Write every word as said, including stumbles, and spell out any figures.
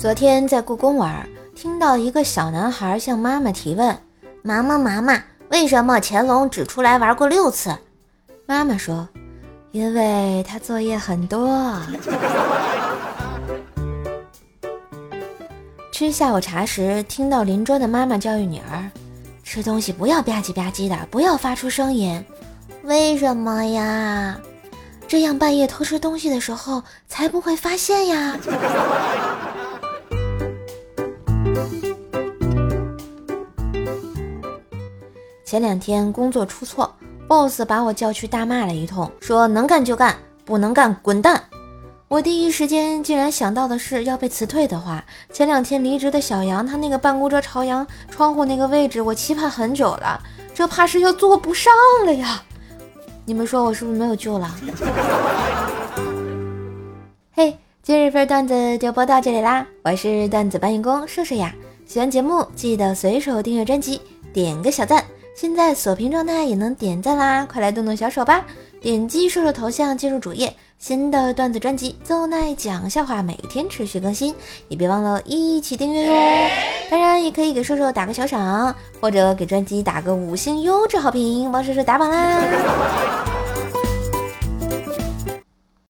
昨天在故宫玩，听到一个小男孩向妈妈提问：妈妈妈妈，为什么乾隆只出来玩过六次？妈妈说，因为他作业很多。吃下午茶时，听到邻桌的妈妈教育女儿，吃东西不要吧唧吧唧的，不要发出声音。为什么呀？这样半夜偷吃东西的时候才不会发现呀。前两天工作出错， boss 把我叫去大骂了一通，说能干就干，不能干滚蛋。我第一时间竟然想到的是要被辞退的话。前两天离职的小杨，他那个办公桌朝阳窗户那个位置我期盼很久了，这怕是要坐不上了呀。你们说我是不是没有救了？嘿，今日份段子就播到这里啦，我是段子搬运工瘦瘦呀。喜欢节目记得随手订阅专辑，点个小赞，现在锁屏状态也能点赞啦，快来动动小手吧。点击瘦瘦头像进入主页，新的段子专辑邹奈讲笑话每天持续更新，也别忘了一起订阅哟。当然也可以给瘦瘦打个小赏，或者给专辑打个五星优质好评，帮瘦瘦打榜啦。